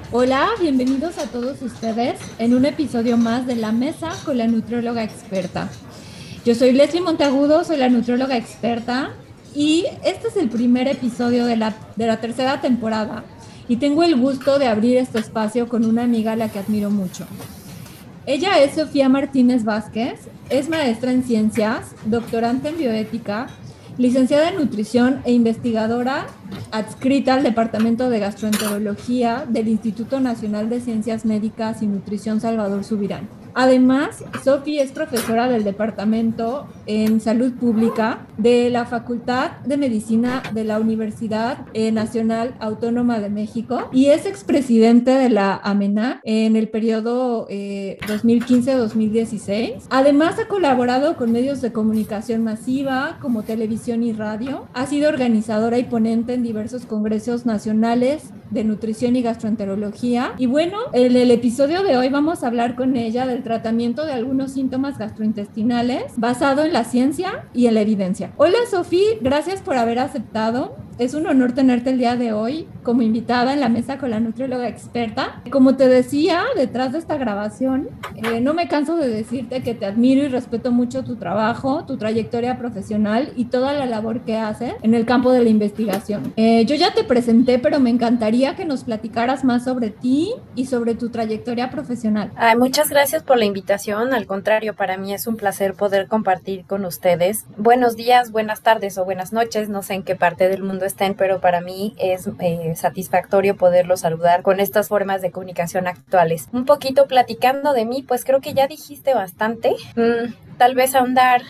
Hola, bienvenidos a todos ustedes en un episodio más de La Mesa con la nutrióloga experta. Yo soy Leslie Monteagudo, soy la nutrióloga experta y este es el primer episodio de la tercera temporada y tengo el gusto de abrir este espacio con una amiga a la que admiro mucho. Ella es Sofía Martínez Vázquez, es maestra en ciencias, doctorante en bioética, licenciada en nutrición e investigadora adscrita al Departamento de Gastroenterología del Instituto Nacional de Ciencias Médicas y Nutrición Salvador Subirán. Además, Sofi es profesora del Departamento en Salud Pública de la Facultad de Medicina de la Universidad Nacional Autónoma de México y es expresidente de la AMENA en el periodo 2015-2016. Además, ha colaborado con medios de comunicación masiva como televisión y radio. Ha sido organizadora y ponente en diversos congresos nacionales de nutrición y gastroenterología. Y bueno, en el episodio de hoy vamos a hablar con ella del tratamiento de algunos síntomas gastrointestinales basado en la ciencia y en la evidencia. Hola Sofía, gracias por haber aceptado. Es un honor tenerte el día de hoy como invitada en la mesa con la nutrióloga experta. Como te decía, detrás de esta grabación, no me canso de decirte que te admiro y respeto mucho tu trabajo, tu trayectoria profesional y toda la labor que haces en el campo de la investigación. Yo ya te presenté, pero me encantaría que nos platicaras más sobre ti y sobre tu trayectoria profesional. Ay, muchas gracias por la invitación. Al contrario, para mí es un placer poder compartir con ustedes. Buenos días, buenas tardes o buenas noches. No sé en qué parte del mundo estén, pero para mí es satisfactorio poderlos saludar con estas formas de comunicación actuales. Un poquito platicando de mí, pues creo que ya dijiste bastante. Tal vez ahondar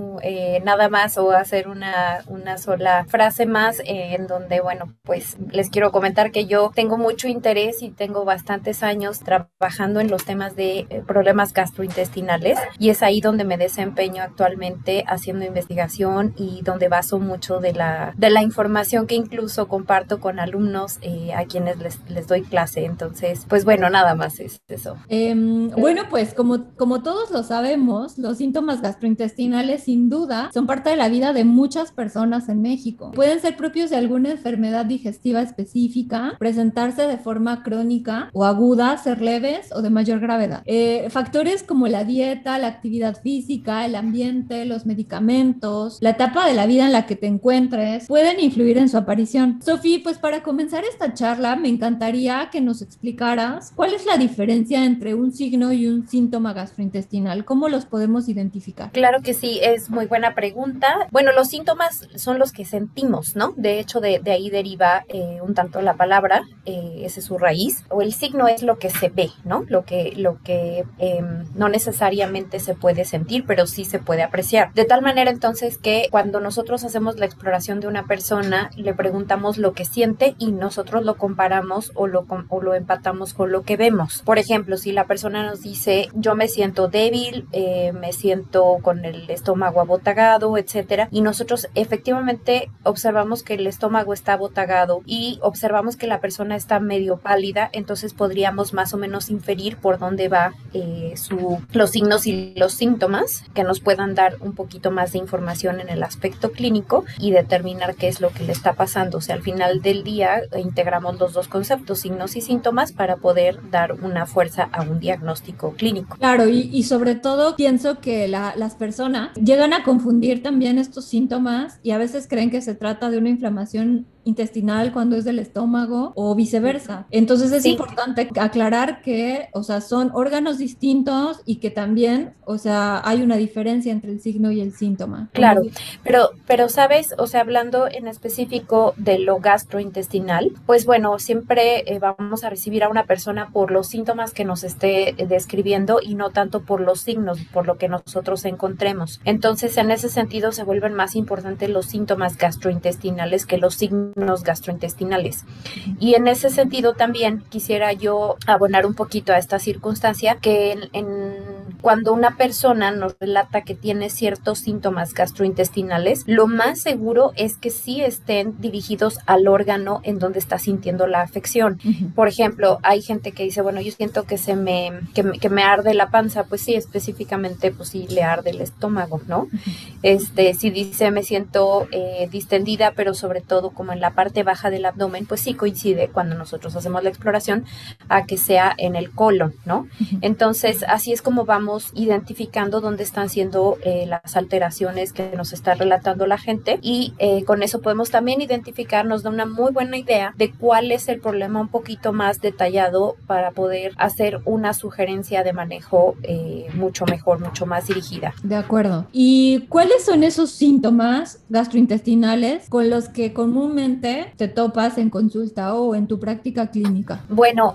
nada más o hacer una sola frase más en donde, bueno, pues les quiero comentar que yo tengo mucho interés y tengo bastantes años trabajando en los temas de problemas gastrointestinales y es ahí donde me desempeño actualmente haciendo investigación y donde baso mucho de la información que incluso comparto con alumnos a quienes les doy clase. Entonces, pues bueno, nada más es eso. Bueno, pues como todos lo sabemos, los síntomas gastrointestinales sin duda son parte de la vida de muchas personas en México. Pueden ser propios de alguna enfermedad digestiva específica, presentarse de forma crónica o aguda, ser leves o de mayor gravedad. Factores como la dieta, la actividad física, el ambiente, los medicamentos, la etapa de la vida en la que te encuentres, pueden influir en su aparición. Sofía, pues para comenzar esta charla, me encantaría que nos explicaras cuál es la diferencia entre un signo y un síntoma gastrointestinal. ¿Cómo los podemos identificar? Claro que sí, es muy buena pregunta. Bueno, los síntomas son los que sentimos, ¿no? De hecho, de ahí deriva un tanto la palabra, esa es su raíz. O el signo es lo que se ve, ¿no? Lo que no necesariamente se puede sentir, pero sí se puede apreciar. De tal manera entonces que cuando nosotros hacemos la exploración de una persona, le preguntamos lo que siente y nosotros lo comparamos o lo empatamos con lo que vemos. Por ejemplo, si la persona nos dice, yo me siento débil, me siento con el estómago abotagado, etcétera, y nosotros efectivamente observamos que el estómago está abotagado y observamos que la persona está medio pálida, entonces podríamos más o menos inferir por dónde va los signos y los síntomas que nos puedan dar un poquito más de información en el aspecto clínico y determinar qué es lo que le está pasando. O sea, al final del día integramos los dos conceptos, signos y síntomas, para poder dar una fuerza a un diagnóstico clínico. Claro, y sobre todo pienso que las personas llegan a confundir también estos síntomas y a veces creen que se trata de una inflamación intestinal cuando es del estómago o viceversa. Entonces es Sí, importante aclarar que, o sea, son órganos distintos y que también, o sea, hay una diferencia entre el signo y el síntoma. claro, pero sabes, o sea, hablando en específico de lo gastrointestinal, pues bueno, siempre vamos a recibir a una persona por los síntomas que nos esté describiendo y no tanto por los signos, por lo que nosotros encontremos. Entonces, en ese sentido, se vuelven más importantes los síntomas gastrointestinales que los signos gastrointestinales. Y en ese sentido también quisiera yo abonar un poquito a esta circunstancia que cuando una persona nos relata que tiene ciertos síntomas gastrointestinales, lo más seguro es que sí estén dirigidos al órgano en donde está sintiendo la afección. Por ejemplo, hay gente que dice, bueno, yo siento que que me arde la panza, pues sí, específicamente, pues sí, le arde el estómago, ¿no? Si dice, me siento distendida, pero sobre todo como en la parte baja del abdomen, pues sí coincide cuando nosotros hacemos la exploración a que sea en el colon, ¿no? Entonces, así es como vamos identificando dónde están siendo las alteraciones que nos está relatando la gente, y con eso podemos también identificar, nos da una muy buena idea de cuál es el problema un poquito más detallado para poder hacer una sugerencia de manejo mucho mejor, mucho más dirigida. De acuerdo. ¿Y cuáles son esos síntomas gastrointestinales con los que comúnmente te topas en consulta o en tu práctica clínica? Bueno,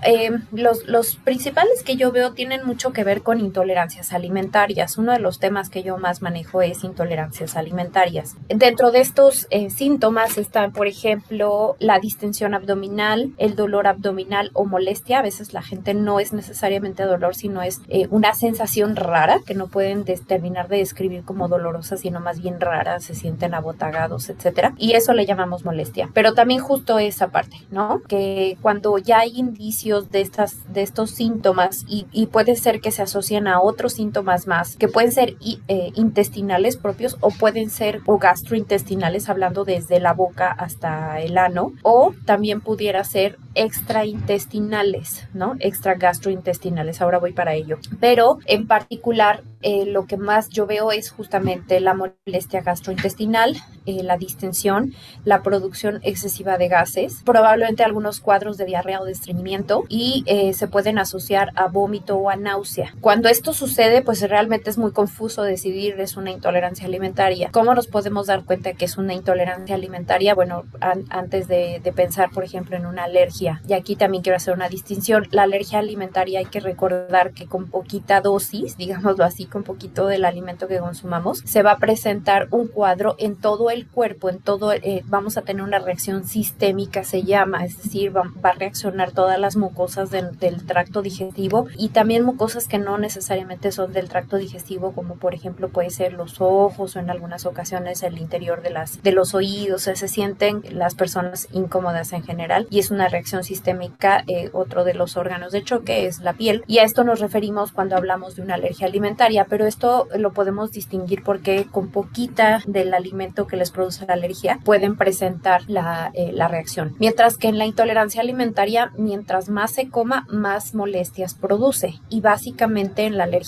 los principales que yo veo tienen mucho que ver con intolerancias alimentarias. Uno de los temas que yo más manejo es intolerancias alimentarias. Dentro de estos síntomas están, por ejemplo, la distensión abdominal, el dolor abdominal o molestia. A veces la gente no es necesariamente dolor, sino es una sensación rara que no pueden terminar de describir como dolorosa, sino más bien rara, se sienten abotagados, etcétera. Y eso le llamamos molestia. Pero también justo esa parte, ¿no? Que cuando ya hay indicios de estos síntomas y puede ser que se asocien a otros síntomas más, que pueden ser intestinales propios o pueden ser o gastrointestinales, hablando desde la boca hasta el ano, o también pudiera ser extraintestinales, ¿no? Extra gastrointestinales, ahora voy para ello. Pero en particular, lo que más yo veo es justamente la molestia gastrointestinal, la distensión, la producción excesiva de gases, probablemente algunos cuadros de diarrea o de estreñimiento, y se pueden asociar a vómito o a náusea. Cuando esto sucede, pues realmente es muy confuso decidir es una intolerancia alimentaria. ¿Cómo nos podemos dar cuenta que es una intolerancia alimentaria? Bueno, antes de pensar, por ejemplo, en una alergia, y aquí también quiero hacer una distinción. La alergia alimentaria hay que recordar que con poquita dosis, digámoslo así, con poquito del alimento que consumamos, se va a presentar un cuadro en todo el cuerpo, vamos a tener una reacción sistémica, se llama, es decir, va a reaccionar todas las mucosas del tracto digestivo, y también mucosas que no necesariamente son del tracto digestivo, como por ejemplo puede ser los ojos o en algunas ocasiones el interior de los oídos. Se sienten las personas incómodas en general, y es una reacción sistémica. Otro de los órganos de choque es la piel, y a esto nos referimos cuando hablamos de una alergia alimentaria, pero esto lo podemos distinguir porque con poquita del alimento que les produce la alergia pueden presentar la reacción, mientras que en la intolerancia alimentaria, mientras más se coma, más molestias produce, y básicamente en la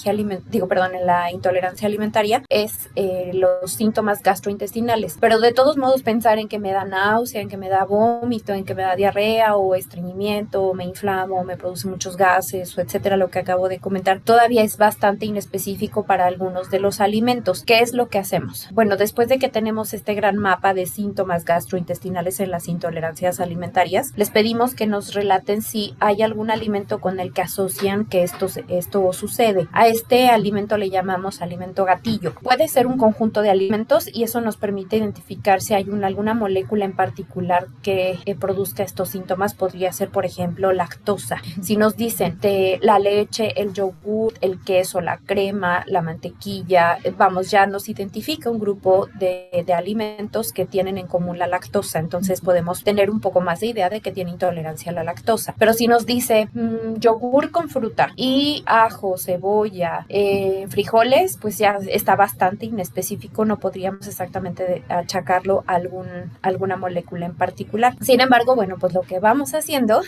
en la intolerancia alimentaria es los síntomas gastrointestinales, pero de todos modos pensar en que me da náusea, en que me da vómito, en que me da diarrea o estreñimiento, o me inflamo, o me produce muchos gases, o etcétera, lo que acabo de comentar, todavía es bastante inespecífico para algunos de los alimentos. ¿Qué es lo que hacemos? Bueno, después de que tenemos este gran mapa de síntomas gastrointestinales en las intolerancias alimentarias, les pedimos que nos relaten si hay algún alimento con el que asocian que esto sucede. A este alimento le llamamos alimento gatillo. Puede ser un conjunto de alimentos, y eso nos permite identificar si hay alguna molécula en particular que produzca estos síntomas. Podría ser, por ejemplo, lactosa. Si nos dicen de la leche, el yogur, el queso, la crema, la mantequilla, ya nos identifica un grupo de alimentos que tienen en común la lactosa. Entonces podemos tener un poco más de idea de que tiene intolerancia a la lactosa. Pero si nos dice yogur con fruta y ajo, cebolla, frijoles, pues ya está bastante inespecífico, no podríamos exactamente achacarlo a alguna molécula en particular. Sin embargo, bueno, pues lo que vamos haciendo,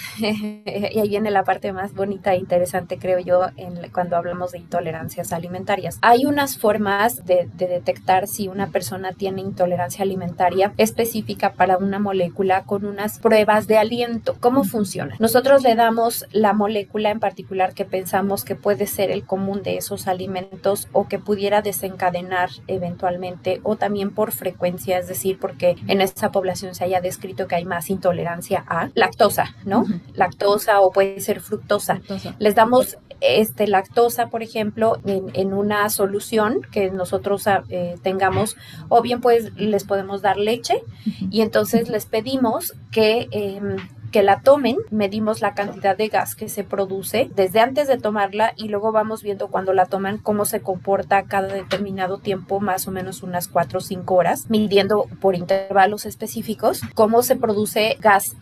y ahí viene la parte más bonita e interesante, creo yo, cuando hablamos de intolerancias alimentarias. Hay unas formas de detectar si una persona tiene intolerancia alimentaria específica para una molécula con unas pruebas de aliento. ¿Cómo funciona? Nosotros le damos la molécula en particular que pensamos que puede ser el común de esos alimentos o que pudiera desencadenar eventualmente, o también por frecuencia, es decir, porque en esa población se haya descrito que hay más intolerancia a lactosa, ¿no? Lactosa, o puede ser fructosa. Les damos lactosa, por ejemplo, en una solución que nosotros tengamos, o bien pues les podemos dar leche, y entonces les pedimos que que la tomen, medimos la cantidad de gas que se produce desde antes de tomarla y luego vamos viendo cuando la toman cómo se comporta cada determinado tiempo, más o menos unas 4 o 5 horas, midiendo por intervalos específicos cómo se produce gas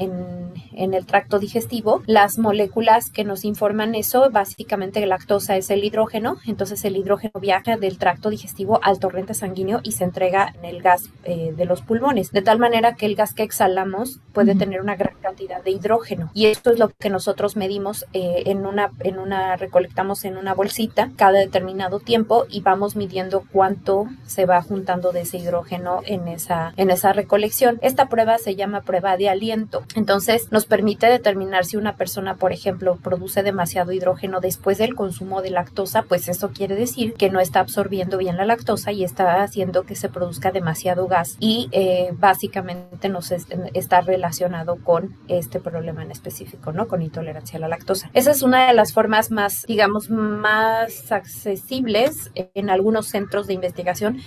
en el tracto digestivo. Las moléculas que nos informan eso, básicamente lactosa es el hidrógeno, entonces el hidrógeno viaja del tracto digestivo al torrente sanguíneo y se entrega en el gas de los pulmones, de tal manera que el gas que exhalamos puede tener una gran cantidad de hidrógeno, y esto es lo que nosotros medimos recolectamos en una bolsita cada determinado tiempo y vamos midiendo cuánto se va juntando de ese hidrógeno en esa recolección. Esta prueba se llama prueba de aliento. Entonces nos permite determinar si una persona, por ejemplo, produce demasiado hidrógeno después del consumo de lactosa, pues eso quiere decir que no está absorbiendo bien la lactosa y está haciendo que se produzca demasiado gas, y básicamente nos está relacionado con este problema en específico, ¿no? Con intolerancia a la lactosa. Esa es una de las formas más, digamos, más accesibles en algunos centros de investigación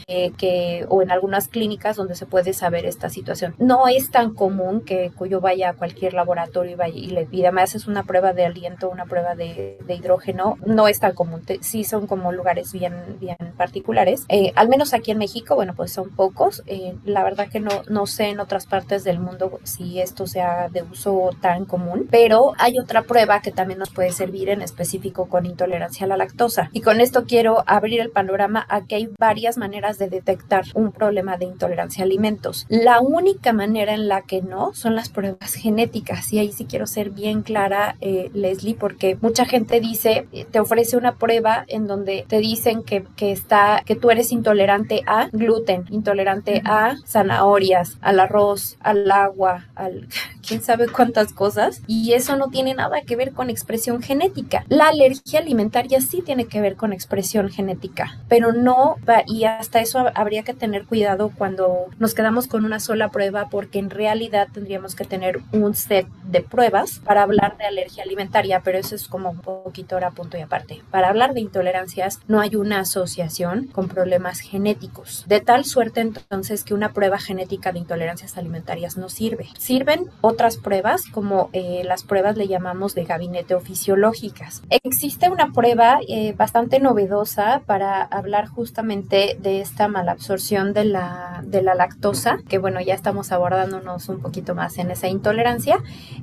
o en algunas clínicas donde se puede saber esta situación. No es tan común que yo vaya a cualquier laboratorio y le pida, me haces una prueba de aliento, una prueba de hidrógeno. No es tan común, sí son como lugares bien particulares. Al menos aquí en México, bueno, pues son pocos. La verdad que no sé en otras partes del mundo si esto sea de uso tan común, pero hay otra prueba que también nos puede servir en específico con intolerancia a la lactosa. Y con esto quiero abrir el panorama a que hay varias maneras de detectar un problema de intolerancia a alimentos. La única manera en la que no son las pruebas genéticas, y ahí sí quiero ser bien clara, Leslie, porque mucha gente dice, te ofrece una prueba en donde te dicen que tú eres intolerante a gluten, intolerante a zanahorias, al arroz, al agua, quién sabe cuántas cosas, y eso no tiene nada que ver con expresión genética. La alergia alimentaria sí tiene que ver con expresión genética, pero no, y hasta eso habría que tener cuidado cuando nos quedamos con una sola prueba, porque en realidad tendríamos que tener un set de pruebas para hablar de alergia alimentaria, pero eso es como un poquito ahora punto y aparte. Para hablar de intolerancias no hay una asociación con problemas genéticos, de tal suerte entonces que una prueba genética de intolerancias alimentarias no sirve. Sirven otras pruebas, como las pruebas le llamamos de gabinete o fisiológicas. Existe una prueba bastante novedosa para hablar justamente de esta malabsorción de la lactosa, que bueno, ya estamos abordándonos un poquito más en esa intolerancia.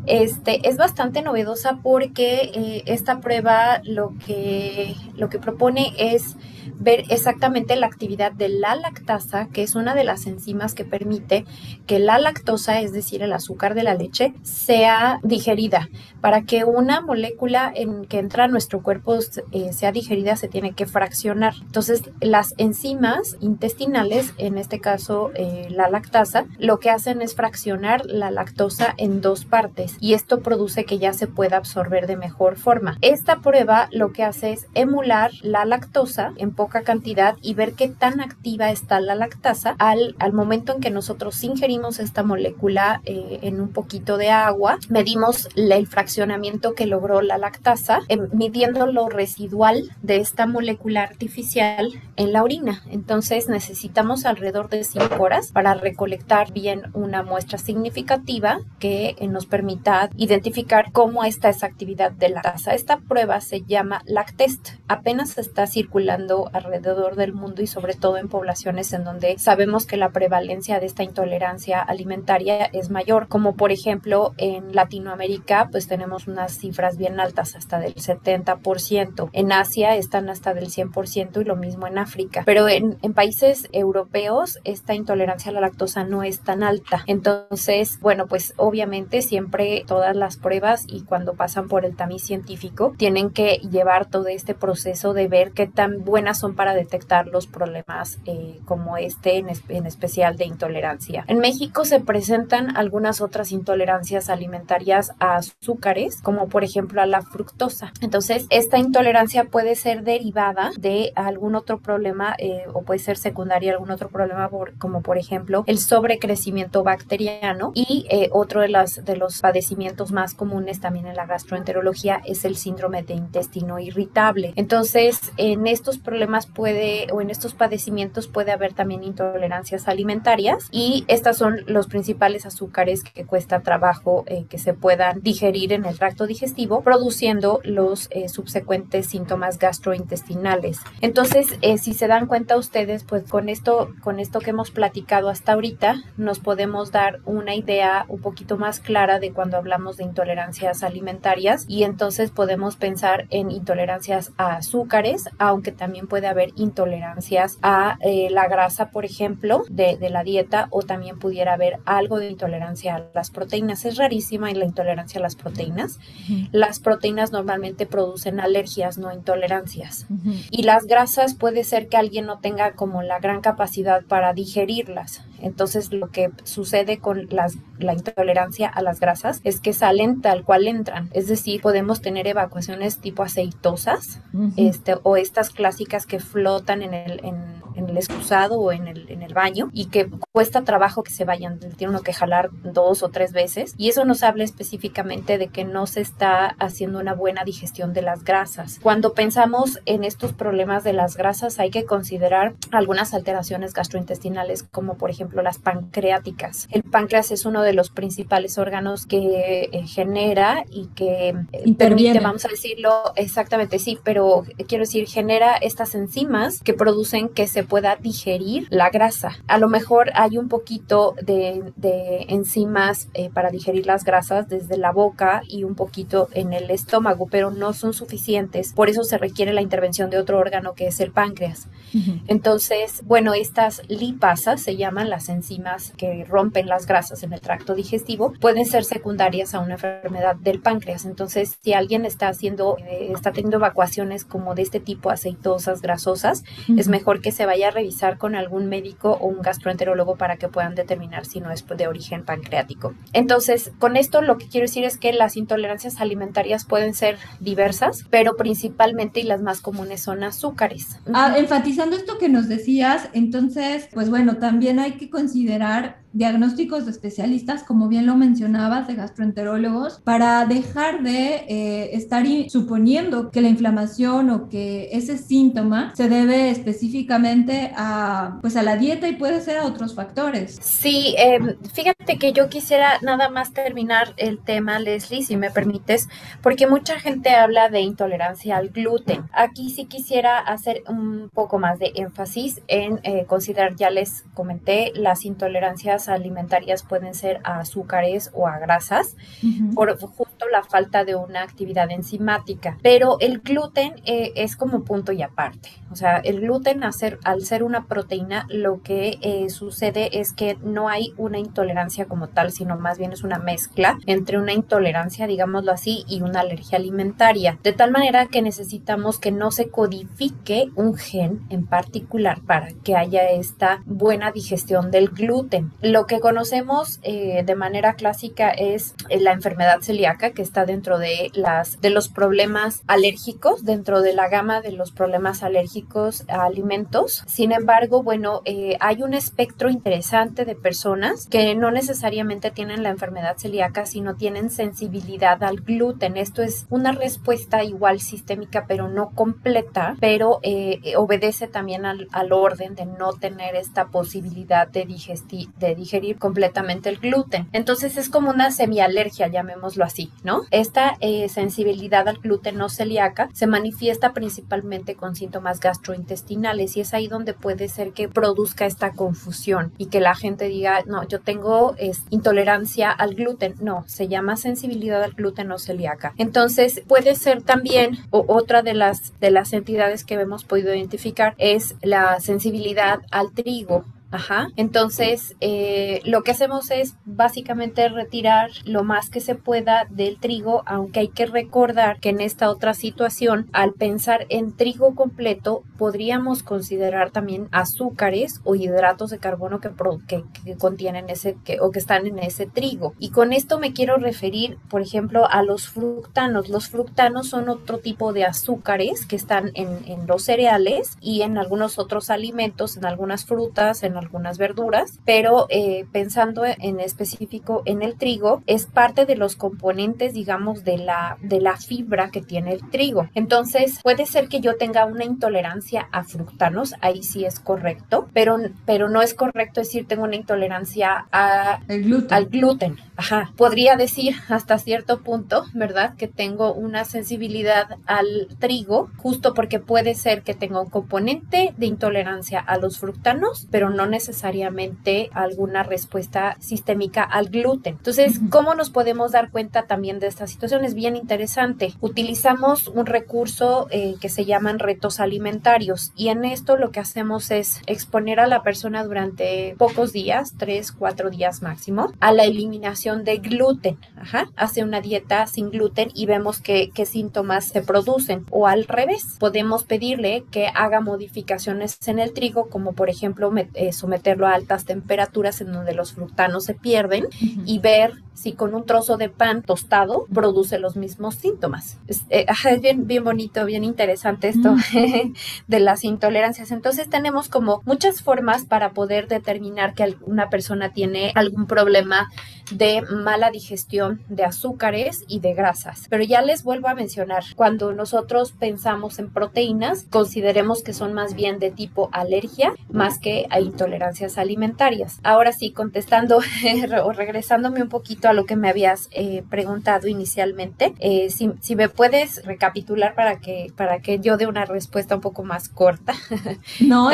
Es bastante novedosa porque esta prueba lo que propone es ver exactamente la actividad de la lactasa, que es una de las enzimas que permite que la lactosa, es decir, el azúcar de la leche, sea digerida. Para que una molécula que entra a nuestro cuerpo sea digerida, se tiene que fraccionar. Entonces, las enzimas intestinales, en este caso la lactasa, lo que hacen es fraccionar la lactosa en dos partes, y esto produce que ya se pueda absorber de mejor forma. Esta prueba lo que hace es emular la lactosa en poca cantidad y ver qué tan activa está la lactasa al momento en que nosotros ingerimos esta molécula en un poquito de agua. Medimos el fraccionamiento que logró la lactasa, midiendo lo residual de esta molécula artificial en la orina. Entonces necesitamos alrededor de 5 horas para recolectar bien una muestra significativa que nos permita identificar cómo está esa actividad de la lactasa. Esta prueba se llama LacTest. Apenas está circulando alrededor del mundo y sobre todo en poblaciones en donde sabemos que la prevalencia de esta intolerancia alimentaria es mayor, como por ejemplo en Latinoamérica, pues tenemos unas cifras bien altas, hasta del 70%. En Asia están hasta del 100% y lo mismo en África. Pero en países europeos esta intolerancia a la lactosa no es tan alta. Entonces, bueno, pues obviamente siempre todas las pruebas, y cuando pasan por el tamiz científico, tienen que llevar todo este proceso de ver qué tan buenas son para detectar los problemas como en especial de intolerancia. En México se presentan algunas otras intolerancias alimentarias a azúcares, como por ejemplo a la fructosa. Entonces, esta intolerancia puede ser derivada de algún otro problema o puede ser secundaria a algún otro problema, como por ejemplo el sobrecrecimiento bacteriano, y otro de los padecimientos más comunes también en la gastroenterología es el síndrome de intestino irritable. Entonces, en estos problemas síntomas o en estos padecimientos puede haber también intolerancias alimentarias, y estas son los principales azúcares que cuesta trabajo que se puedan digerir en el tracto digestivo, produciendo los subsecuentes síntomas gastrointestinales. Entonces, si se dan cuenta ustedes, pues con esto que hemos platicado hasta ahorita, nos podemos dar una idea un poquito más clara de cuando hablamos de intolerancias alimentarias, y entonces podemos pensar en intolerancias a azúcares, aunque también puede haber intolerancias a la grasa, por ejemplo, de la dieta, o también pudiera haber algo de intolerancia a las proteínas. Es rarísima la intolerancia a las proteínas. Las proteínas normalmente producen alergias, no intolerancias. Y las grasas puede ser que alguien no tenga como la gran capacidad para digerirlas. Entonces, lo que sucede con la intolerancia a las grasas es que salen tal cual entran. Es decir, podemos tener evacuaciones tipo aceitosas, o estas clásicas que flotan en el excusado o en el baño, y que cuesta trabajo que se vayan, tiene uno que jalar 2 o 3 veces, y eso nos habla específicamente de que no se está haciendo una buena digestión de las grasas. Cuando pensamos en estos problemas de las grasas, hay que considerar algunas alteraciones gastrointestinales, como por ejemplo las pancreáticas. El páncreas es uno de los principales órganos que genera y que permite, vamos a decirlo exactamente, sí, pero quiero decir, genera estas enzimas que producen que se pueda digerir la grasa. A lo mejor hay un poquito de enzimas para digerir las grasas desde la boca y un poquito en el estómago, pero no son suficientes. Por eso se requiere la intervención de otro órgano, que es el páncreas. Entonces, bueno, estas lipasas se llaman las enzimas que rompen las grasas en el tracto digestivo, pueden ser secundarias a una enfermedad del páncreas. Entonces, si alguien está teniendo evacuaciones como de este tipo, aceitosas, grasosas, es mejor que se vaya a revisar con algún médico o un gastroenterólogo para que puedan determinar si no es de origen pancreático. Entonces, con esto lo que quiero decir es que las intolerancias alimentarias pueden ser diversas, pero principalmente y las más comunes son azúcares. Enfatizando esto que nos decías, entonces, pues bueno, también hay que considerar diagnósticos de especialistas, como bien lo mencionabas, de gastroenterólogos, para dejar de estar suponiendo que la inflamación o que ese síntoma se debe específicamente a la dieta, y puede ser a otros factores. Sí, fíjate que yo quisiera nada más terminar el tema, Leslie, si me permites, porque mucha gente habla de intolerancia al gluten. Aquí sí quisiera hacer un poco más de énfasis en considerar, ya les comenté, las intolerancias alimentarias pueden ser a azúcares o a grasas, por justo la falta de una actividad enzimática, pero el gluten es como punto y aparte. O sea, el gluten, al ser una proteína, lo que sucede es que no hay una intolerancia como tal, sino más bien es una mezcla entre una intolerancia, digámoslo así, y una alergia alimentaria, de tal manera que necesitamos que no se codifique un gen en particular para que haya esta buena digestión del gluten. Lo que conocemos de manera clásica es la enfermedad celíaca, que está dentro de los problemas alérgicos, dentro de la gama de los problemas alérgicos a alimentos. Sin embargo, bueno, hay un espectro interesante de personas que no necesariamente tienen la enfermedad celíaca, sino tienen sensibilidad al gluten. Esto es una respuesta igual sistémica, pero no completa, pero obedece también al orden de no tener esta posibilidad de digerir completamente el gluten. Entonces es como una semialergia, llamémoslo así, ¿no? Esta sensibilidad al gluten no celíaca se manifiesta principalmente con síntomas gastrointestinales, y es ahí donde puede ser que produzca esta confusión y que la gente diga, no, yo tengo intolerancia al gluten. No, se llama sensibilidad al gluten no celíaca. Entonces puede ser también, otra de las entidades que hemos podido identificar es la sensibilidad al trigo. Entonces lo que hacemos es básicamente retirar lo más que se pueda del trigo, aunque hay que recordar que en esta otra situación, al pensar en trigo completo, podríamos considerar también azúcares o hidratos de carbono que contienen o que están en ese trigo. Y con esto me quiero referir, por ejemplo, a los fructanos. Los fructanos son otro tipo de azúcares que están en los cereales y en algunos otros alimentos, en algunas frutas, en algunas verduras, pero pensando en específico en el trigo, es parte de los componentes, digamos, de la fibra que tiene el trigo. Entonces, puede ser que yo tenga una intolerancia a fructanos, ahí sí es correcto, pero no es correcto decir tengo una intolerancia al gluten. Ajá. Podría decir hasta cierto punto, ¿verdad?, que tengo una sensibilidad al trigo, justo porque puede ser que tenga un componente de intolerancia a los fructanos, pero no necesariamente alguna respuesta sistémica al gluten. Entonces, ¿cómo nos podemos dar cuenta también de esta situación? Es bien interesante. Utilizamos un recurso que se llaman retos alimentarios, y en esto lo que hacemos es exponer a la persona durante pocos días, 3, 4 días máximo, a la eliminación de gluten. Ajá. Hace una dieta sin gluten y vemos qué síntomas se producen. O al revés, podemos pedirle que haga modificaciones en el trigo, como por ejemplo someterlo a altas temperaturas en donde los fructanos se pierden, y ver si con un trozo de pan tostado produce los mismos síntomas. Es bien bonito, bien interesante esto de las intolerancias. Entonces tenemos como muchas formas para poder determinar que una persona tiene algún problema de mala digestión de azúcares y de grasas. Pero ya les vuelvo a mencionar, cuando nosotros pensamos en proteínas, consideremos que son más bien de tipo alergia más que a intolerancias alimentarias. Ahora sí, contestando o regresándome un poquito a lo que me habías preguntado inicialmente, si me puedes recapitular para que yo dé una respuesta un poco más corta. No,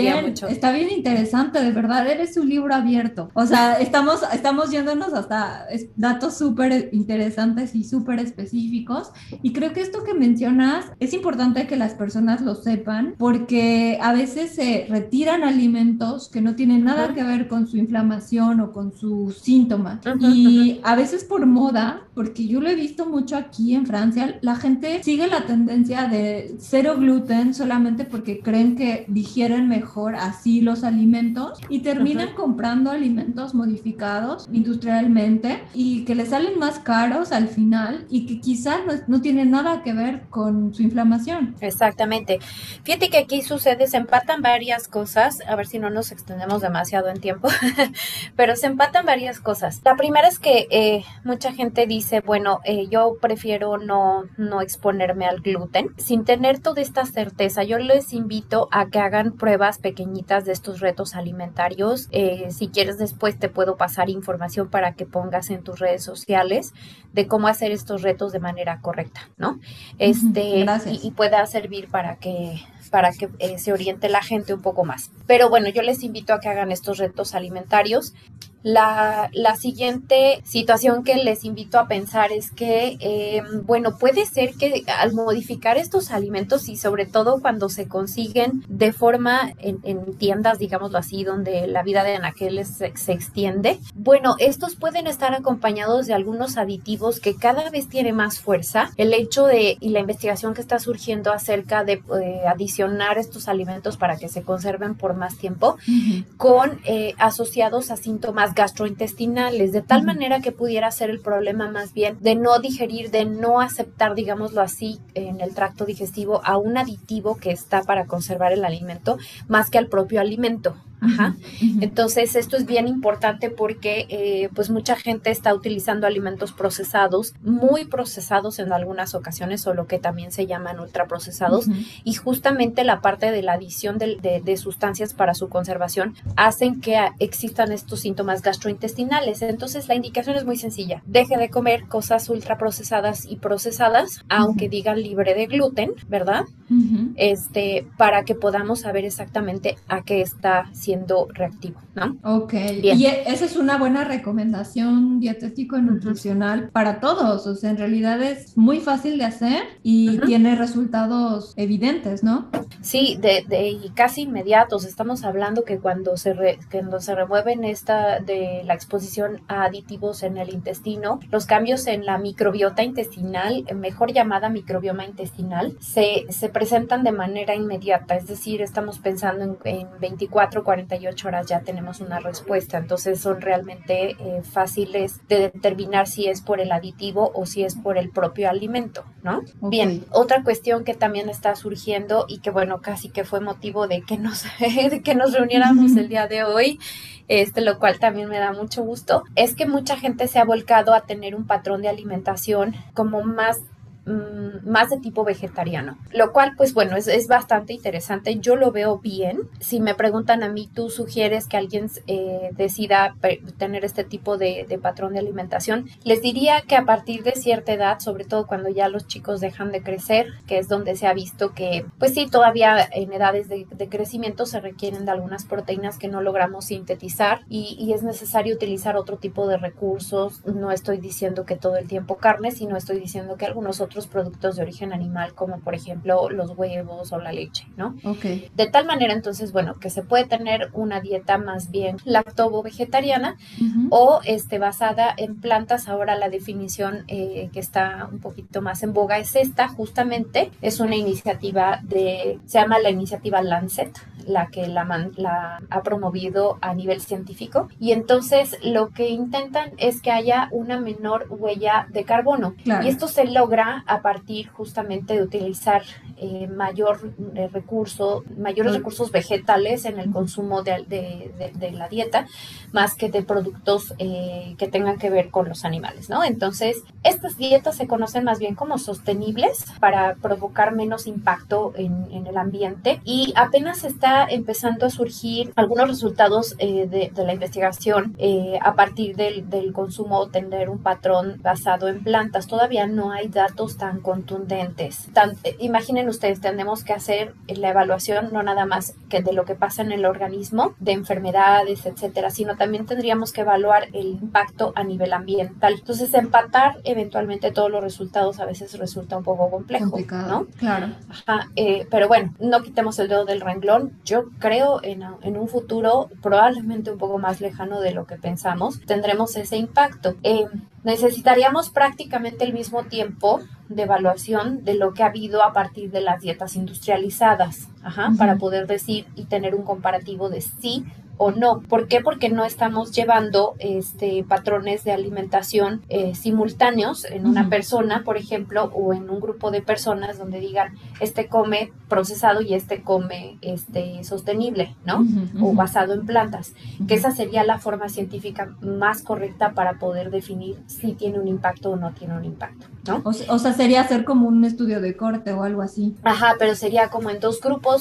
está bien interesante, de verdad, eres un libro abierto. O sea, estamos yéndonos hasta datos súper interesantes y súper específicos, y creo que esto que mencionas es importante que las personas lo sepan, porque a veces se retiran alimentos que no tienen nada que ver con su inflamación o con sus síntomas, y a veces por moda, porque yo lo he visto mucho aquí en Francia, la gente sigue la tendencia de cero gluten solamente porque creen que digieren mejor así los alimentos, y terminan comprando alimentos modificados industrialmente y que les salen más caros al final, y que quizás no tienen nada que ver con su inflamación. Exactamente. Fíjate que aquí se empatan varias cosas, a ver si no nos extendemos demasiado en tiempo, pero se empatan varias cosas. La primera es que mucha gente dice, bueno, yo prefiero no exponerme al gluten. Sin tener toda esta certeza, yo les invito a que hagan pruebas pequeñitas de estos retos alimentarios. Si quieres, después te puedo pasar información para que pongas en tus redes sociales de cómo hacer estos retos de manera correcta, ¿no? Gracias. Y pueda servir para que se oriente la gente un poco más. Pero bueno, yo les invito a que hagan estos retos alimentarios. La siguiente situación que les invito a pensar es que, bueno, puede ser que al modificar estos alimentos, y sobre todo cuando se consiguen de forma en tiendas, digámoslo así, donde la vida de anaqueles se extiende, bueno, estos pueden estar acompañados de algunos aditivos que cada vez tiene más fuerza. El hecho y la investigación que está surgiendo acerca de adicionar estos alimentos para que se conserven por más tiempo, asociados a síntomas gastrointestinales, de tal manera que pudiera ser el problema más bien de no digerir, de no aceptar, digámoslo así, en el tracto digestivo a un aditivo que está para conservar el alimento, más que al propio alimento. Ajá. Entonces esto es bien importante porque pues mucha gente está utilizando alimentos procesados, muy procesados en algunas ocasiones, o lo que también se llaman ultraprocesados, y justamente la parte de la adición de sustancias para su conservación hacen que existan estos síntomas gastrointestinales. Entonces la indicación es muy sencilla: deje de comer cosas ultraprocesadas y procesadas, aunque digan libre de gluten, ¿verdad? Para que podamos saber exactamente a qué está siendo reactivo, ¿no? Ok, bien. Y esa es una buena recomendación dietético y nutricional para todos. O sea, en realidad es muy fácil de hacer y tiene resultados evidentes, ¿no? Sí, y casi inmediatos. Estamos hablando que cuando se remueven de la exposición a aditivos en el intestino, los cambios en la microbiota intestinal, mejor llamada microbioma intestinal, se presentan de manera inmediata, es decir, estamos pensando en 24, 48 horas ya tenemos una respuesta, entonces son realmente fáciles de determinar si es por el aditivo o si es por el propio alimento, ¿no? Okay. Bien, otra cuestión que también está surgiendo y que bueno, casi que fue motivo de que nos reuniéramos el día de hoy, lo cual también me da mucho gusto, es que mucha gente se ha volcado a tener un patrón de alimentación como más de tipo vegetariano, lo cual pues bueno es bastante interesante, yo lo veo bien. Si me preguntan a mí, ¿tú sugieres que alguien decida tener este tipo de patrón de alimentación? Les diría que a partir de cierta edad, sobre todo cuando ya los chicos dejan de crecer, que es donde se ha visto que pues sí, todavía en edades de crecimiento se requieren de algunas proteínas que no logramos sintetizar y es necesario utilizar otro tipo de recursos. No estoy diciendo que todo el tiempo carne, sino estoy diciendo que algunos otros productos de origen animal, como por ejemplo los huevos o la leche, ¿no? Okay. De tal manera, entonces, bueno, que se puede tener una dieta más bien lactovo-vegetariana o basada en plantas. Ahora la definición que está un poquito más en boga es esta, justamente, es una iniciativa se llama la iniciativa Lancet, la que la ha promovido a nivel científico, y entonces lo que intentan es que haya una menor huella de carbono. Claro. Y esto se logra a partir justamente de utilizar mayores recursos vegetales en el consumo de la dieta, más que de productos que tengan que ver con los animales, ¿no? Entonces, estas dietas se conocen más bien como sostenibles para provocar menos impacto en el ambiente, y apenas está empezando a surgir algunos resultados de la investigación a partir del consumo, tener un patrón basado en plantas. Todavía no hay datos tan contundentes. Imaginen ustedes, tenemos que hacer la evaluación no nada más que de lo que pasa en el organismo, de enfermedades, etcétera, sino también tendríamos que evaluar el impacto a nivel ambiental. Entonces, empatar eventualmente todos los resultados a veces resulta un poco complejo, ¿no? Claro. Ajá, pero bueno, no quitemos el dedo del renglón. Yo creo en un futuro probablemente un poco más lejano de lo que pensamos, tendremos ese impacto. Necesitaríamos prácticamente el mismo tiempo de evaluación de lo que ha habido a partir de las dietas industrializadas, para poder decir y tener un comparativo de sí o no. ¿Por qué? Porque no estamos llevando patrones de alimentación simultáneos en una persona, por ejemplo, o en un grupo de personas donde digan, come procesado y come sostenible, ¿no? O basado en plantas, que esa sería la forma científica más correcta para poder definir si tiene un impacto o no tiene un impacto, ¿no? O sea, sería hacer como un estudio de corte o algo así. Ajá, pero sería como en dos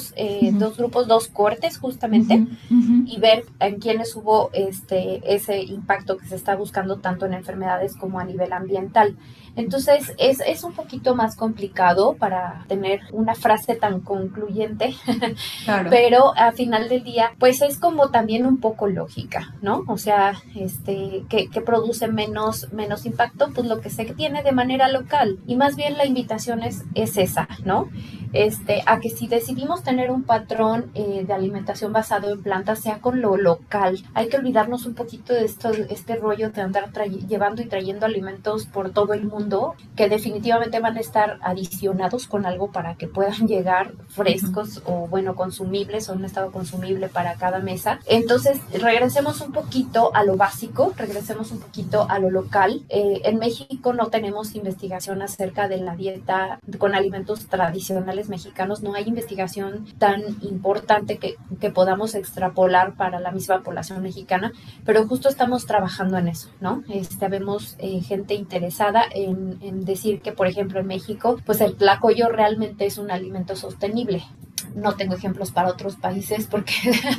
dos cortes justamente, y ver en quiénes hubo ese impacto que se está buscando tanto en enfermedades como a nivel ambiental. Entonces es un poquito más complicado para tener una frase tan concluyente, claro. Pero al final del día pues es como también un poco lógica, ¿no? O sea, que produce menos impacto, pues lo que se tiene de manera local, y más bien la invitación es esa, ¿no? A que si decidimos tener un patrón de alimentación basado en plantas, sea con lo local. Hay que olvidarnos un poquito de este rollo de andar llevando y trayendo alimentos por todo el mundo, que definitivamente van a estar adicionados con algo para que puedan llegar frescos o bueno, consumibles, o un estado consumible para cada mesa. Entonces, regresemos un poquito a lo básico, regresemos un poquito a lo local. En México no tenemos investigación acerca de la dieta con alimentos tradicionales mexicanos, no hay investigación tan importante que podamos extrapolar para la misma población mexicana, pero justo estamos trabajando en eso, ¿no? Vemos gente interesada en decir que, por ejemplo, en México, pues el tlacoyo realmente es un alimento sostenible. No tengo ejemplos para otros países porque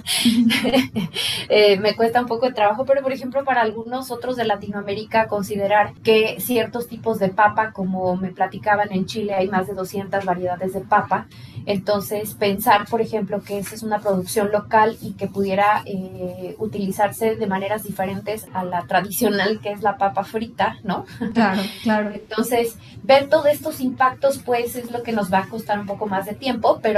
me cuesta un poco de trabajo, pero por ejemplo para algunos otros de Latinoamérica considerar que ciertos tipos de papa, como me platicaban en Chile hay más de 200 variedades de papa, entonces pensar por ejemplo que esa es una producción local y que pudiera utilizarse de maneras diferentes a la tradicional que es la papa frita, ¿no? Claro, claro. Entonces ver todos estos impactos pues es lo que nos va a costar un poco más de tiempo, pero a final de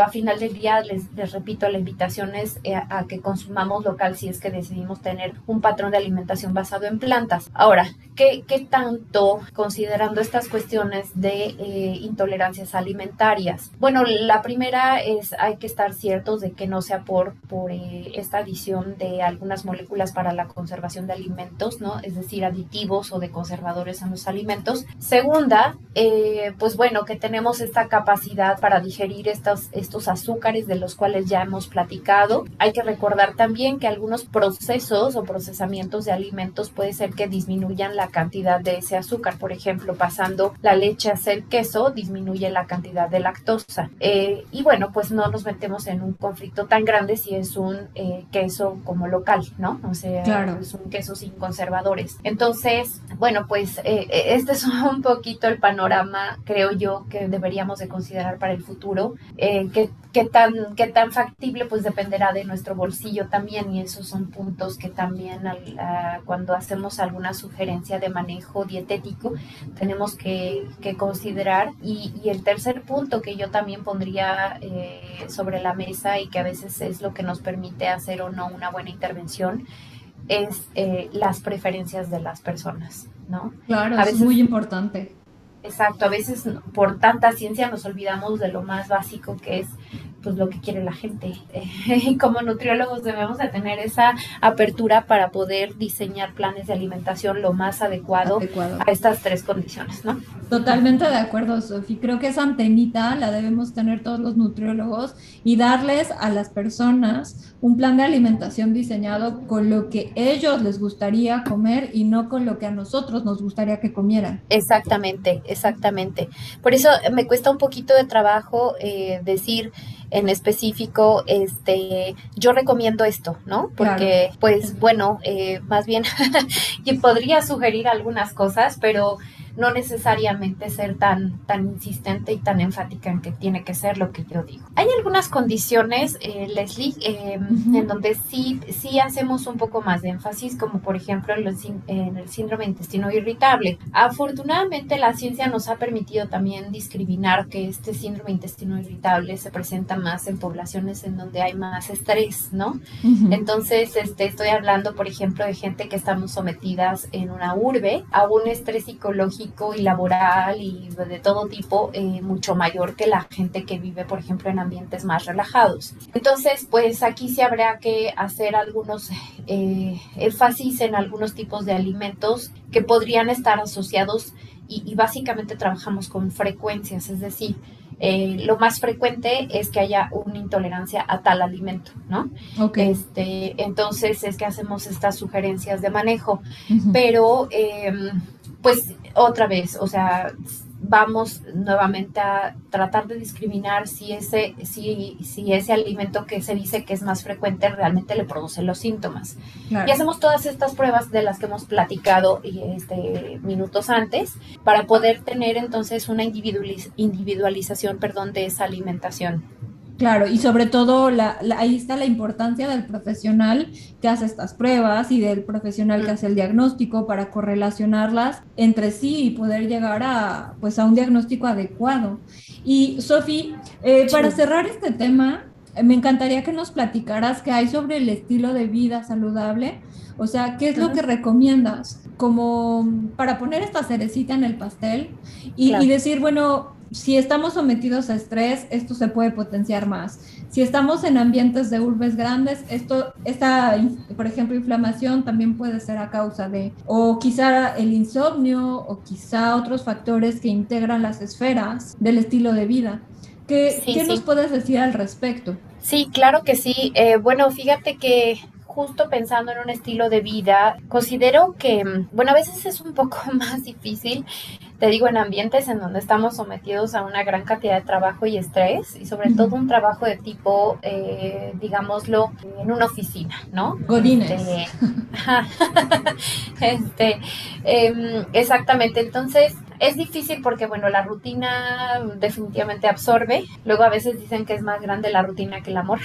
del día, les repito, la invitación es a que consumamos local si es que decidimos tener un patrón de alimentación basado en plantas. Ahora, ¿qué tanto considerando estas cuestiones de intolerancias alimentarias? Bueno, la primera es hay que estar ciertos de que no sea por esta adición de algunas moléculas para la conservación de alimentos, ¿no? Es decir, aditivos o de conservadores en los alimentos. Segunda, pues bueno, que tenemos esta capacidad para digerir estos azúcares de los cuales ya hemos platicado. Hay que recordar también que algunos procesos o procesamientos de alimentos puede ser que disminuyan la cantidad de ese azúcar. Por ejemplo, pasando la leche a ser queso, disminuye la cantidad de lactosa. Y bueno, pues no nos metemos en un conflicto tan grande si es un queso como local, ¿no? O sea, claro, es un queso sin conservadores. Entonces, bueno, pues este es un poquito el panorama, creo yo, que deberíamos de considerar para el futuro. ¿Qué tan factible? Pues dependerá de nuestro bolsillo también, y esos son puntos que también cuando hacemos alguna sugerencia de manejo dietético tenemos que considerar. Y el tercer punto que yo también pondría sobre la mesa y que a veces es lo que nos permite hacer o no una buena intervención es las preferencias de las personas, ¿no? Claro, a veces, es muy importante. Exacto, a veces por tanta ciencia nos olvidamos de lo más básico que es pues lo que quiere la gente. Y como nutriólogos debemos de tener esa apertura para poder diseñar planes de alimentación lo más adecuado a estas tres condiciones, ¿no? Totalmente de acuerdo, Sofi. Creo que esa antenita la debemos tener todos los nutriólogos y darles a las personas un plan de alimentación diseñado con lo que ellos les gustaría comer y no con lo que a nosotros nos gustaría que comieran. Exactamente. Por eso me cuesta un poquito de trabajo decir en específico, yo recomiendo esto, ¿no? Porque, claro, pues, bueno, más bien, yo podría sugerir algunas cosas, pero no necesariamente ser tan insistente y tan enfática en que tiene que ser lo que yo digo. Hay algunas condiciones, Leslie, en donde sí hacemos un poco más de énfasis, como por ejemplo en el síndrome de intestino irritable. Afortunadamente la ciencia nos ha permitido también discriminar que este síndrome de intestino irritable se presenta más en poblaciones en donde hay más estrés, ¿no? Entonces, estoy hablando, por ejemplo, de gente que estamos sometidas en una urbe a un estrés psicológico y laboral y de todo tipo mucho mayor que la gente que vive, por ejemplo, en ambientes más relajados. Entonces, pues aquí sí habrá que hacer algunos énfasis en algunos tipos de alimentos que podrían estar asociados y básicamente trabajamos con frecuencias, es decir, lo más frecuente es que haya una intolerancia a tal alimento, ¿no? Okay. Entonces es que hacemos estas sugerencias de manejo, pero pues otra vez, o sea, vamos nuevamente a tratar de discriminar si ese alimento que se dice que es más frecuente realmente le produce los síntomas. Claro. Y hacemos todas estas pruebas de las que hemos platicado minutos antes para poder tener entonces una individualización, de esa alimentación. Claro, y sobre todo ahí está la importancia del profesional que hace estas pruebas y del profesional que hace el diagnóstico para correlacionarlas entre sí y poder llegar a un diagnóstico adecuado. Y Sofi, para cerrar este tema, me encantaría que nos platicaras qué hay sobre el estilo de vida saludable. O sea, ¿qué es lo que recomiendas como para poner esta cerecita en el pastel y decir, bueno, si estamos sometidos a estrés, esto se puede potenciar más? Si estamos en ambientes de urbes grandes, esta, por ejemplo, inflamación también puede ser a causa de, o quizá el insomnio, o quizá otros factores que integran las esferas del estilo de vida. ¿Qué nos puedes decir al respecto? Sí, claro que sí. Bueno, fíjate que justo pensando en un estilo de vida, considero que, bueno, a veces es un poco más difícil, te digo, en ambientes en donde estamos sometidos a una gran cantidad de trabajo y estrés, y sobre todo un trabajo de tipo, digámoslo, en una oficina, ¿no? Godínez. Exactamente. Entonces, Es difícil porque, bueno, la rutina definitivamente absorbe. Luego a veces dicen que es más grande la rutina que el amor.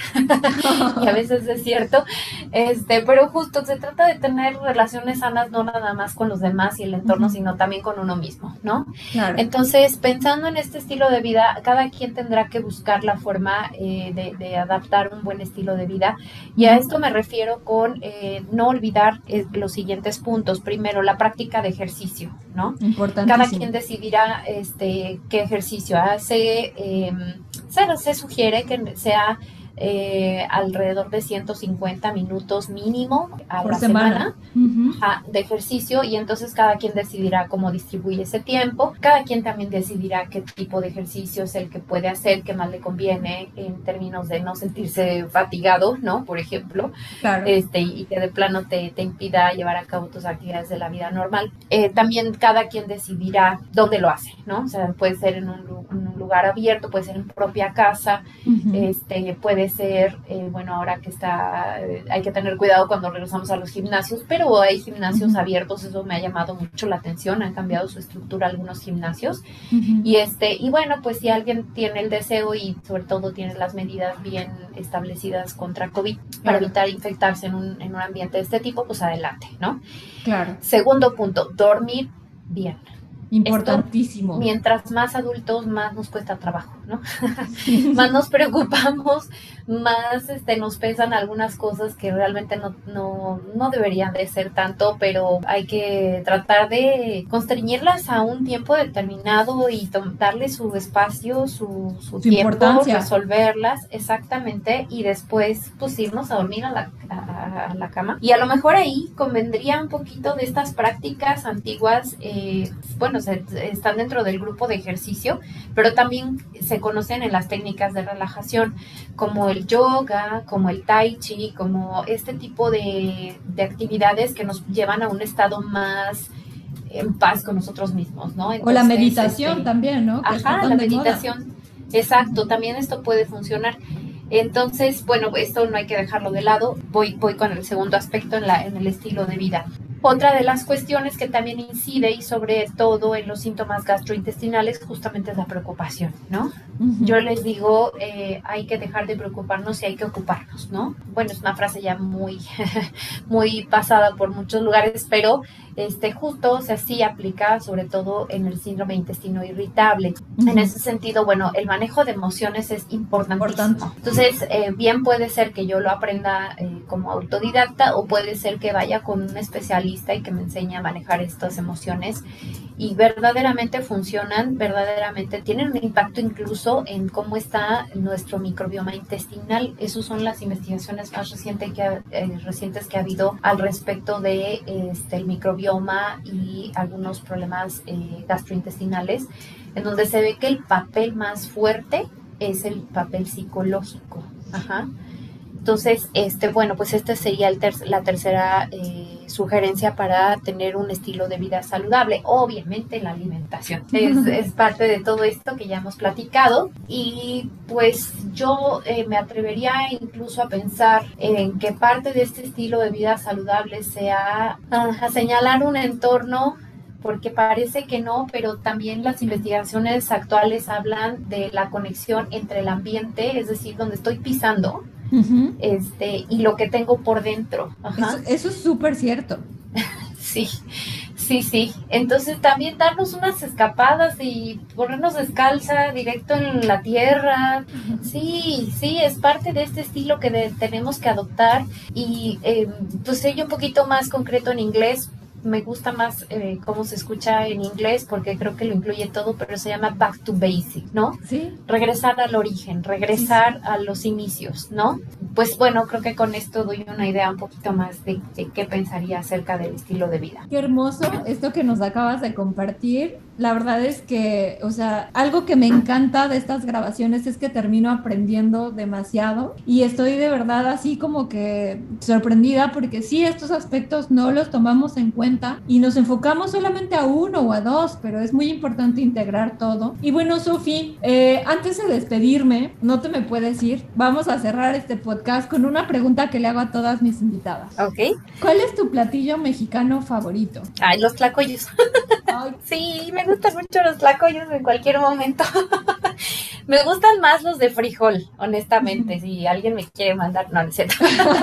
Y a veces es cierto. Pero justo se trata de tener relaciones sanas, no nada más con los demás y el entorno, sino también con uno mismo, ¿no? Claro. Entonces, pensando en este estilo de vida, cada quien tendrá que buscar la forma de adaptar un buen estilo de vida. Y a esto me refiero con no olvidar los siguientes puntos. Primero, la práctica de ejercicio, ¿no? Cada quien decidirá qué ejercicio hace. Se sugiere que sea alrededor de 150 minutos mínimo a la semana de ejercicio, y entonces cada quien decidirá cómo distribuye ese tiempo. Cada quien también decidirá qué tipo de ejercicio es el que puede hacer, qué más le conviene en términos de no sentirse fatigado, ¿no? Por ejemplo, claro. Y que de plano te impida llevar a cabo tus actividades de la vida normal. También cada quien decidirá dónde lo hace, ¿no? O sea, puede ser en un lugar abierto, puede ser en propia casa, puede ser, bueno, ahora que hay que tener cuidado cuando regresamos a los gimnasios, pero hay gimnasios abiertos, eso me ha llamado mucho la atención, han cambiado su estructura algunos gimnasios, y bueno, pues si alguien tiene el deseo y sobre todo tiene las medidas bien establecidas contra COVID para evitar infectarse en un ambiente de este tipo, pues adelante, ¿no? Claro. Segundo punto, dormir bien. Importantísimo. Esto, mientras más adultos, más nos cuesta trabajo, ¿no? Más nos preocupamos, más nos pesan algunas cosas que realmente no deberían de ser tanto, pero hay que tratar de constreñirlas a un tiempo determinado y darle su espacio, su tiempo, resolverlas, exactamente, y después pues irnos a dormir a la cama. Y a lo mejor ahí convendría un poquito de estas prácticas antiguas, bueno, están dentro del grupo de ejercicio, pero también se conocen en las técnicas de relajación, como el yoga, como el tai chi, como este tipo de actividades que nos llevan a un estado más en paz con nosotros mismos, ¿no? Entonces, o la meditación también, ¿no? Que la meditación, exacto, también esto puede funcionar. Entonces, bueno, esto no hay que dejarlo de lado. Voy con el segundo aspecto en el estilo de vida. Otra de las cuestiones que también incide, y sobre todo en los síntomas gastrointestinales, justamente es la preocupación, ¿no? Yo les digo, hay que dejar de preocuparnos y hay que ocuparnos, ¿no? Bueno, es una frase ya muy, muy pasada por muchos lugares, pero justo, o sea, sí aplica sobre todo en el síndrome de intestino irritable. En ese sentido, bueno, el manejo de emociones es importantísimo. Entonces, bien puede ser que yo lo aprenda como autodidacta, o puede ser que vaya con un especialista y que me enseñe a manejar estas emociones, y verdaderamente funcionan, verdaderamente tienen un impacto incluso en cómo está nuestro microbioma intestinal. Esas son las investigaciones más recientes que ha habido al respecto de el microbioma y algunos problemas gastrointestinales, en donde se ve que el papel más fuerte es el papel psicológico. Entonces, bueno, pues esta sería la tercera sugerencia para tener un estilo de vida saludable. Obviamente la alimentación es parte de todo esto que ya hemos platicado, y pues yo me atrevería incluso a pensar en que parte de este estilo de vida saludable sea a señalar un entorno, porque parece que no, pero también las investigaciones actuales hablan de la conexión entre el ambiente, es decir, donde estoy pisando, y lo que tengo por dentro. Eso es súper cierto. Sí. Entonces también darnos unas escapadas y ponernos descalza directo en la tierra. Sí, es parte de este estilo que tenemos que adoptar. Y pues soy un poquito más concreto en inglés. Me gusta más cómo se escucha en inglés, porque creo que lo incluye todo, pero se llama back to basic, ¿no? Sí. Regresar al origen, regresar a los inicios, ¿no? Pues bueno, creo que con esto doy una idea un poquito más de qué pensaría acerca del estilo de vida. Qué hermoso esto que nos acabas de compartir. La verdad es que, o sea, algo que me encanta de estas grabaciones es que termino aprendiendo demasiado, y estoy de verdad así como que sorprendida, porque sí, estos aspectos no los tomamos en cuenta y nos enfocamos solamente a uno o a dos, pero es muy importante integrar todo. Y bueno, Sofi, antes de despedirme, no te me puedes ir, vamos a cerrar este podcast con una pregunta que le hago a todas mis invitadas. Ok. ¿Cuál es tu platillo mexicano favorito? Ay, los tlacoyos. Ay. Sí, me gustan mucho los tlacoyos en cualquier momento. Me gustan más los de frijol, honestamente. Si alguien me quiere mandar, no es cierto.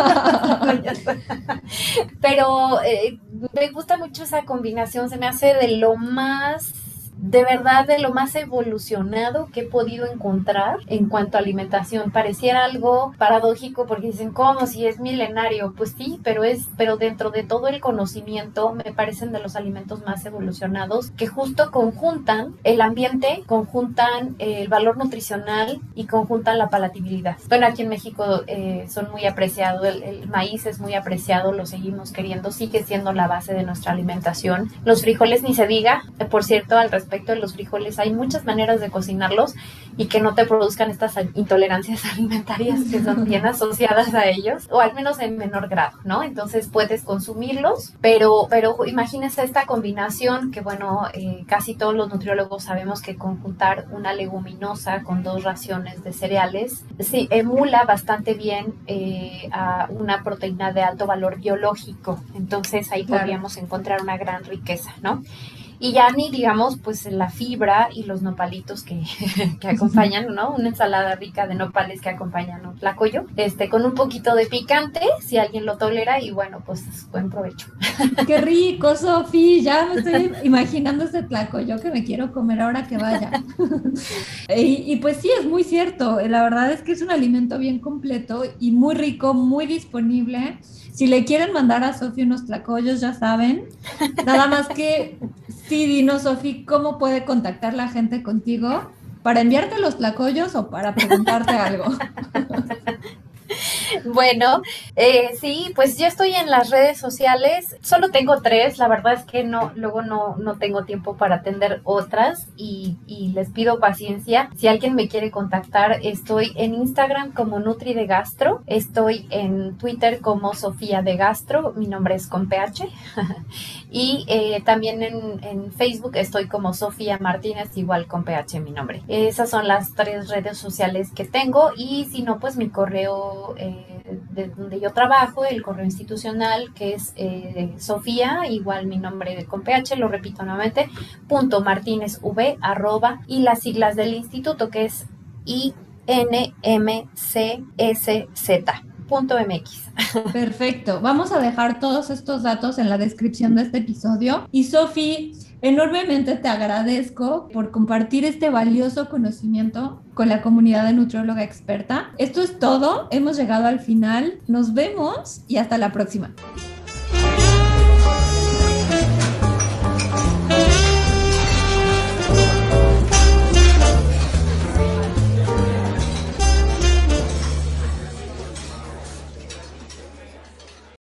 Pero me gusta mucho esa combinación. Se me hace de verdad, de lo más evolucionado que he podido encontrar en cuanto a alimentación. Pareciera algo paradójico porque dicen, ¿cómo? Si es milenario. Pues sí, pero dentro de todo el conocimiento me parecen de los alimentos más evolucionados que justo conjuntan el ambiente, conjuntan el valor nutricional y conjuntan la palatabilidad. Bueno, aquí en México son muy apreciados, el maíz es muy apreciado, lo seguimos queriendo, sigue siendo la base de nuestra alimentación. Los frijoles ni se diga, por cierto, al respecto de los frijoles, hay muchas maneras de cocinarlos y que no te produzcan estas intolerancias alimentarias que son bien asociadas a ellos, o al menos en menor grado, ¿no? Entonces puedes consumirlos, pero imagínense esta combinación que, bueno, casi todos los nutriólogos sabemos que conjuntar una leguminosa con 2 raciones de cereales, sí, emula bastante bien a una proteína de alto valor biológico. Entonces ahí podríamos encontrar una gran riqueza, ¿no? Y ya ni digamos pues la fibra y los nopalitos que acompañan, ¿no? Una ensalada rica de nopales que acompañan un tlacoyo, con un poquito de picante, si alguien lo tolera, y bueno, pues buen provecho. ¡Qué rico, Sofi! Ya me estoy imaginando ese tlacoyo que me quiero comer ahora que vaya. Y pues sí, es muy cierto. La verdad es que es un alimento bien completo y muy rico, muy disponible. Si le quieren mandar a Sofi unos tlacoyos, ya saben. Nada más que, sí, dinos, Sofi, ¿cómo puede contactar la gente contigo para enviarte los tlacoyos o para preguntarte algo? Bueno, sí, pues yo estoy en las redes sociales, solo tengo 3, la verdad es que luego no tengo tiempo para atender otras y les pido paciencia. Si alguien me quiere contactar, estoy en Instagram como Nutri de Gastro, estoy en Twitter como Sofía de Gastro, mi nombre es con PH, y también en Facebook estoy como Sofía Martínez, igual con PH mi nombre. Esas son las 3 redes sociales que tengo, y si no, pues mi correo de donde yo trabajo, el correo institucional, que es Sofía, igual mi nombre con PH, lo repito nuevamente, .martinezv, @ y las siglas del instituto, que es INMCSZ.mx. Perfecto. Vamos a dejar todos estos datos en la descripción de este episodio. Y Sofi, enormemente te agradezco por compartir este valioso conocimiento con la comunidad de Nutrióloga Experta. Esto es todo. Hemos llegado al final. Nos vemos y hasta la próxima.